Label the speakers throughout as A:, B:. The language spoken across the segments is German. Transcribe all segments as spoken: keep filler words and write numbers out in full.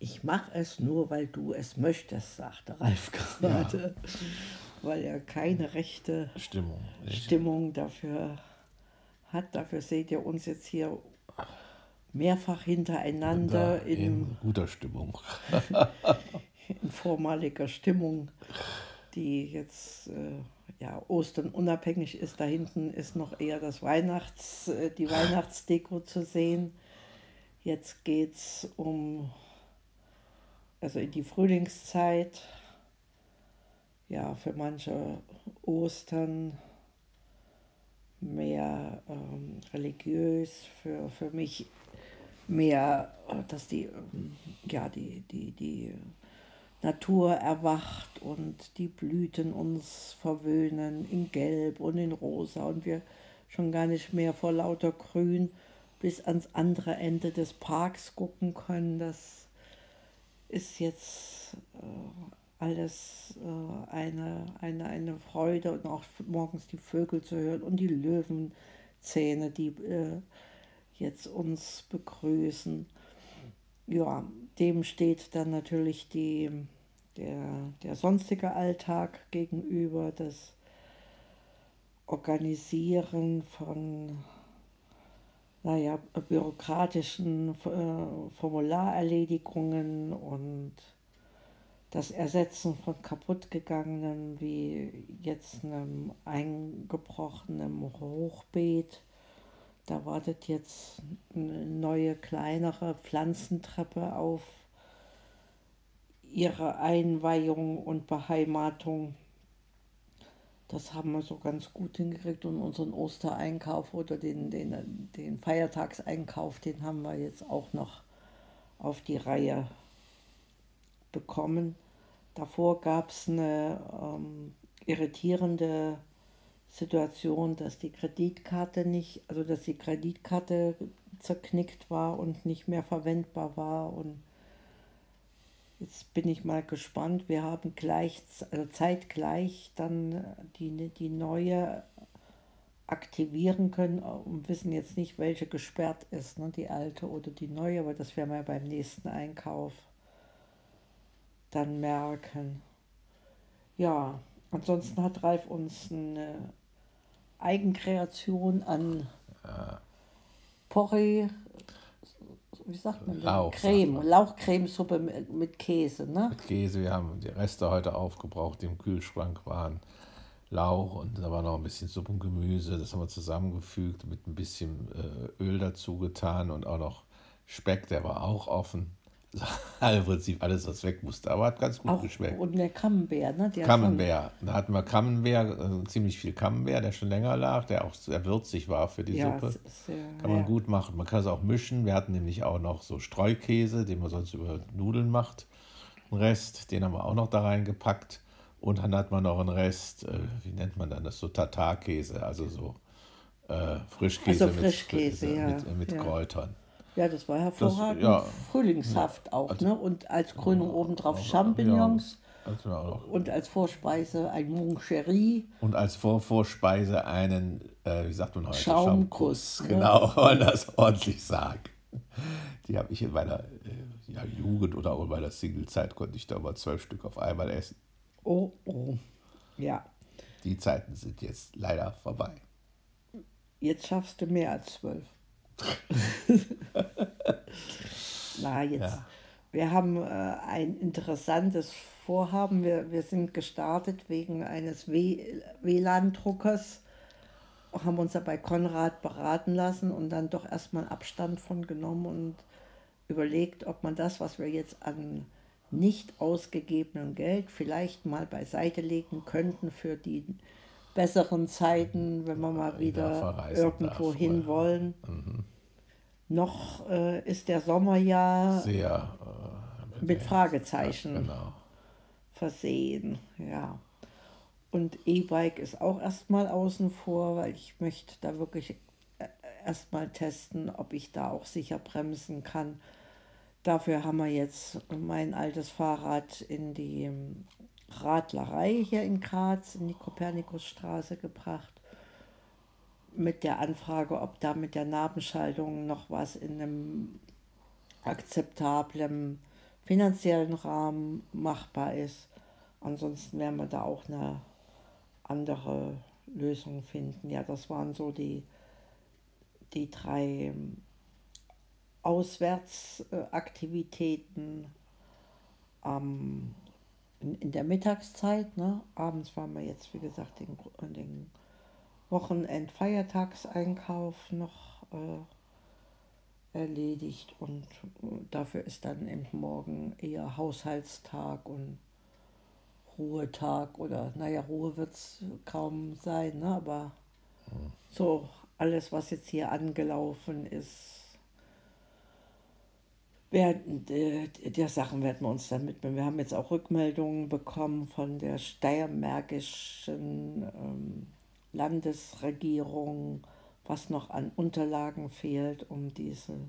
A: Ich mache es nur, weil du es möchtest, sagte Ralf gerade, ja. Weil er keine rechte
B: Stimmung,
A: Stimmung dafür hat. Dafür seht ihr uns jetzt hier mehrfach hintereinander
B: in,
A: in,
B: in guter Stimmung.
A: in vormaliger Stimmung, die jetzt äh, ja, Ostern unabhängig ist. Da hinten ist noch eher das Weihnachts, äh, die Weihnachtsdeko zu sehen. Jetzt geht es um, also in die Frühlingszeit. Ja, für manche Ostern mehr ähm, religiös, für, für mich mehr, dass die, ähm, ja, die, die, die Natur erwacht und die Blüten uns verwöhnen in Gelb und in Rosa und wir schon gar nicht mehr vor lauter Grün bis ans andere Ende des Parks gucken können. Das ist jetzt äh, alles äh, eine, eine, eine Freude und auch morgens die Vögel zu hören und die Löwenzähne, die äh, jetzt uns begrüßen. Ja, dem steht dann natürlich die, der, der sonstige Alltag gegenüber, das Organisieren von naja, bürokratischen äh, Formularerledigungen und das Ersetzen von kaputtgegangenem, wie jetzt einem eingebrochenen Hochbeet. Da wartet jetzt eine neue, kleinere Pflanzentreppe auf ihre Einweihung und Beheimatung. Das haben wir so ganz gut hingekriegt und unseren Ostereinkauf oder den, den, den Feiertagseinkauf, den haben wir jetzt auch noch auf die Reihe bekommen. Davor gab es eine ähm, irritierende Situation, dass die Kreditkarte nicht, also dass die Kreditkarte zerknickt war und nicht mehr verwendbar war. Und jetzt bin ich mal gespannt. Wir haben gleich, also zeitgleich dann die, die neue aktivieren können und wissen jetzt nicht, welche gesperrt ist, ne, die alte oder die neue, aber das werden wir beim nächsten Einkauf dann merken. Ja, ansonsten hat Ralf uns eine Eigenkreation an Porree, wie sagt man denn?
B: Lauch,
A: Creme,
B: sagt man.
A: Lauchcremesuppe mit, mit Käse, ne?
B: Mit Käse, wir haben die Reste heute aufgebraucht, die im Kühlschrank waren. Lauch und da war noch ein bisschen Suppe und Gemüse, das haben wir zusammengefügt, mit ein bisschen äh, Öl dazu getan und auch noch Speck, der war auch offen. Also im Prinzip alles, was weg musste, aber hat ganz gut
A: Auch,
B: geschmeckt.
A: und der Camembert, ne? Der
B: Camembert, da hatten wir Camembert, äh, ziemlich viel Camembert, der schon länger lag, der auch sehr würzig war für die
A: ja,
B: Suppe.
A: sehr,
B: Kann man
A: ja.
B: gut machen, man kann es auch mischen. Wir hatten nämlich auch noch so Streukäse, den man sonst über Nudeln macht. Einen Rest, den haben wir auch noch da reingepackt. Und dann hat man noch einen Rest, äh, wie nennt man dann das, so Tatarkäse, also so äh, Frischkäse,
A: Also Frischkäse,
B: mit,
A: ja,
B: mit, mit
A: ja.
B: Kräutern.
A: Ja, das war
B: Das,
A: hervorragend.
B: ja,
A: Frühlingshaft auch,
B: also,
A: ne? Und als Krönung obendrauf
B: auch,
A: Champignons
B: ja, also auch noch.
A: und als Vorspeise ein Moncherie.
B: Und als Vorvorspeise einen, äh, wie sagt man heute,
A: Schaumkuss,
B: Schaumkuss.
A: ne?
B: Genau, wenn man das ordentlich sagt. Die habe ich in meiner äh, ja, Jugend oder auch in meiner Singlezeit, konnte ich da mal zwölf Stück auf einmal essen.
A: Oh, oh, ja.
B: Die Zeiten sind jetzt leider vorbei.
A: Jetzt schaffst du mehr als zwölf. Na, jetzt.
B: Ja.
A: Wir haben äh, ein interessantes Vorhaben. Wir, wir sind gestartet wegen eines W L A N-Druckers, haben uns da bei Konrad beraten lassen und dann doch erstmal Abstand von genommen und überlegt, ob man das, was wir jetzt an nicht ausgegebenem Geld vielleicht mal beiseite legen könnten für die besseren Zeiten, wenn wir mal wieder irgendwo darf, hin wollen. Mhm. Noch äh, ist der Sommer ja
B: sehr
A: äh, mit Fragezeichen
B: ja, genau.
A: versehen. Ja. Und E-Bike ist auch erstmal außen vor, weil ich möchte da wirklich erstmal testen, ob ich da auch sicher bremsen kann. Dafür haben wir jetzt mein altes Fahrrad in die Radlerei hier in Graz, in die Kopernikusstraße gebracht. Mit der Anfrage, ob da mit der Nabenschaltung noch was in einem akzeptablen finanziellen Rahmen machbar ist. Ansonsten werden wir da auch eine andere Lösung finden. Ja, das waren so die, die drei Auswärtsaktivitäten ähm, in, in der Mittagszeit. Ne? Abends waren wir jetzt, wie gesagt, den, den Wochenend-Feiertagseinkauf noch äh, erledigt und dafür ist dann eben morgen eher Haushaltstag und Ruhetag oder, naja, Ruhe wird es kaum sein, ne? Aber so alles, was jetzt hier angelaufen ist, werden, der, der Sachen werden wir uns dann widmen. Wir haben jetzt auch Rückmeldungen bekommen von der steiermärkischen ähm, Landesregierung, was noch an Unterlagen fehlt, um diesen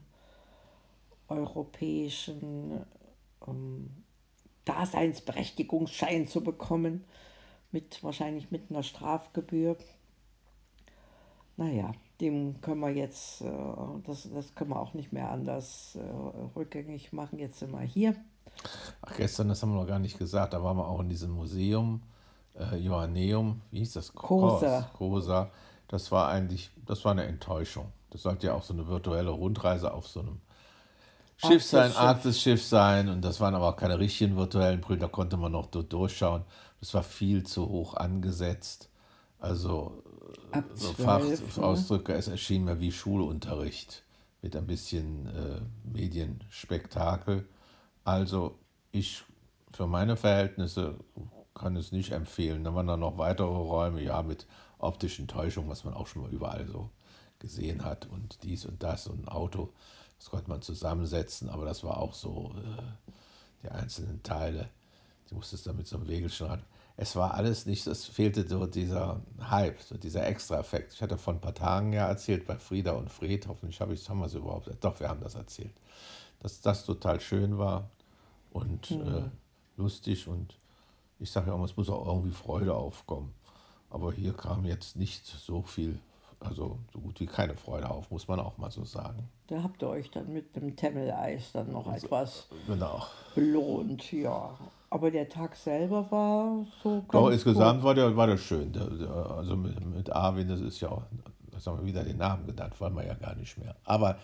A: europäischen ähm, Daseinsberechtigungsschein zu bekommen, mit wahrscheinlich mit einer Strafgebühr. Naja, dem können wir jetzt, äh, das, das können wir auch nicht mehr anders äh, rückgängig machen. Jetzt sind wir hier.
B: Ach, gestern, das haben wir noch gar nicht gesagt, da waren wir auch in diesem Museum, äh, Joanneum, wie hieß das?
A: Cosa.
B: Cosa. Das war eigentlich, das war eine Enttäuschung. Das sollte ja auch so eine virtuelle Rundreise auf so einem Schiff sein, Arktis-Schiff sein. Und das waren aber auch keine richtigen virtuellen Brüder, da konnte man noch dort durchschauen. Das war viel zu hoch angesetzt. Also
A: Ab
B: so
A: zwölf, ne?
B: Fachausdrücke, es erschien mir wie Schulunterricht mit ein bisschen äh, Medienspektakel. Also ich für meine Verhältnisse kann es nicht empfehlen. Dann waren da noch weitere Räume, ja, mit optischen Täuschungen, was man auch schon mal überall so gesehen hat und dies und das und ein Auto, das konnte man zusammensetzen, aber das war auch so, äh, die einzelnen Teile, die musste es dann mit so einem Wegelschnall. Es war alles nicht, es fehlte so dieser Hype, so dieser Extra-Effekt. Ich hatte vor ein paar Tagen ja erzählt bei Frieda und Fred, hoffentlich habe ich, haben wir es überhaupt, doch, wir haben das erzählt, dass das total schön war und
A: Hm.
B: äh, lustig und ich sage ja auch, es muss auch irgendwie Freude aufkommen. Aber hier kam jetzt nicht so viel, also so gut wie keine Freude auf, muss man auch mal so sagen.
A: Da habt ihr euch dann mit dem Temmeleis dann noch
B: Also,
A: etwas
B: genau.
A: belohnt, ja. Aber der Tag selber war so ganz
B: Doch, insgesamt
A: gut.
B: war der, war der schön. Der, der, also mit, mit Arvin, das ist ja auch, das haben wir wieder den Namen genannt, wollen wir ja gar nicht mehr. Aber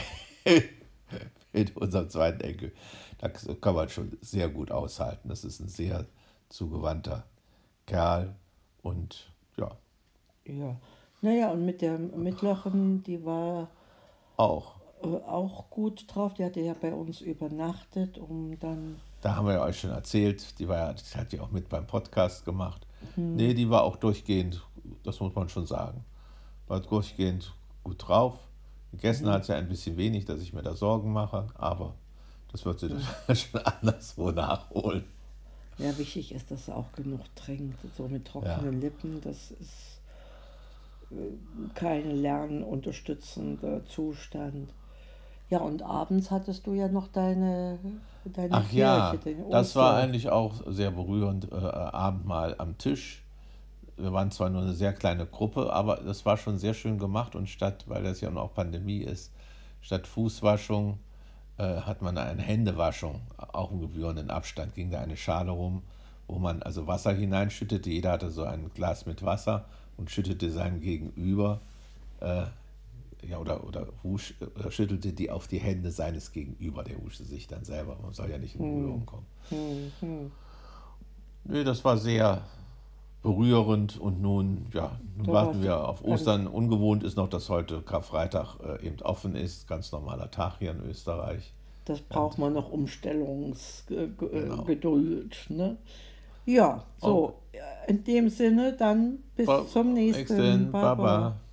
B: mit unserem zweiten Enkel, da kann man schon sehr gut aushalten. Das ist ein sehr zugewandter Kerl und ja,
A: Ja. Naja, und mit der Mittleren, die war
B: auch.
A: äh, auch gut drauf. Die hatte ja bei uns übernachtet, um dann.
B: Da haben wir ja euch schon erzählt, die war ja, die hat ja auch mit beim Podcast gemacht. Nee, die war auch durchgehend, das muss man schon sagen, war durchgehend gut drauf. Gegessen hat sie ein bisschen wenig, dass ich mir da Sorgen mache, aber das wird sie dann schon anderswo nachholen.
A: Ja, wichtig ist, dass sie auch genug trinkt. So mit trockenen Lippen, das ist äh, kein lernunterstützender Zustand. Ja, und abends hattest du ja noch deine, deine
B: Ach ja,
A: Kirche, den
B: das war
A: Oster.
B: eigentlich auch sehr berührend, äh, Abendmahl am Tisch. Wir waren zwar nur eine sehr kleine Gruppe, aber das war schon sehr schön gemacht und statt, weil das ja noch Pandemie ist, statt Fußwaschung äh, hat man eine Händewaschung, auch im gebührenden Abstand, ging da eine Schale rum, wo man also Wasser hineinschüttete. Jeder hatte so ein Glas mit Wasser und schüttete seinem Gegenüber äh, ja, oder, oder wusch, oder schüttelte die auf die Hände seines Gegenüber. Der wuschte sich dann selber. Man soll ja nicht in Berührung kommen.
A: Hm, hm.
B: Nee, das war sehr berührend und nun, ja, nun
A: Da
B: warten
A: warst du
B: wir auf
A: ganz.
B: Ostern. Ungewohnt ist noch, dass heute Karfreitag äh, eben offen ist. Ganz normaler Tag hier in Österreich.
A: Das
B: Und
A: braucht man noch Umstellungsgeduld,
B: genau.
A: ne? Ja,
B: Oh,
A: so, in dem Sinne, dann bis
B: ba-
A: zum nächsten.
B: nächsten
A: Baba.
B: Baba.